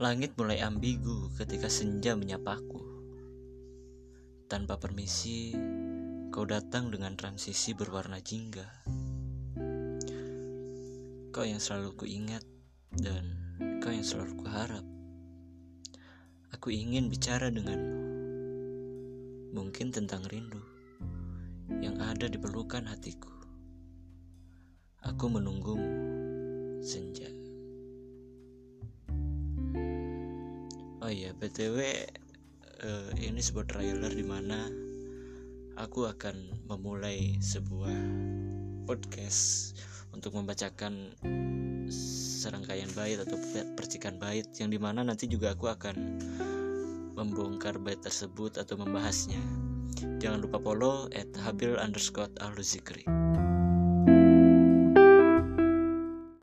Langit mulai ambigu ketika senja menyapaku. Tanpa permisi, kau datang dengan transisi berwarna jingga. Kau yang selalu kuingat dan kau yang selalu kuharap. Aku ingin bicara denganmu, mungkin tentang rindu yang ada di pelukan hatiku. Aku menunggumu, senja. Oh iya, BTW ini sebuah trailer di mana aku akan memulai sebuah podcast untuk membacakan serangkaian bait atau percikan bait yang dimana nanti juga aku akan membongkar bait tersebut atau membahasnya. Jangan lupa follow @habil_ahluzikri.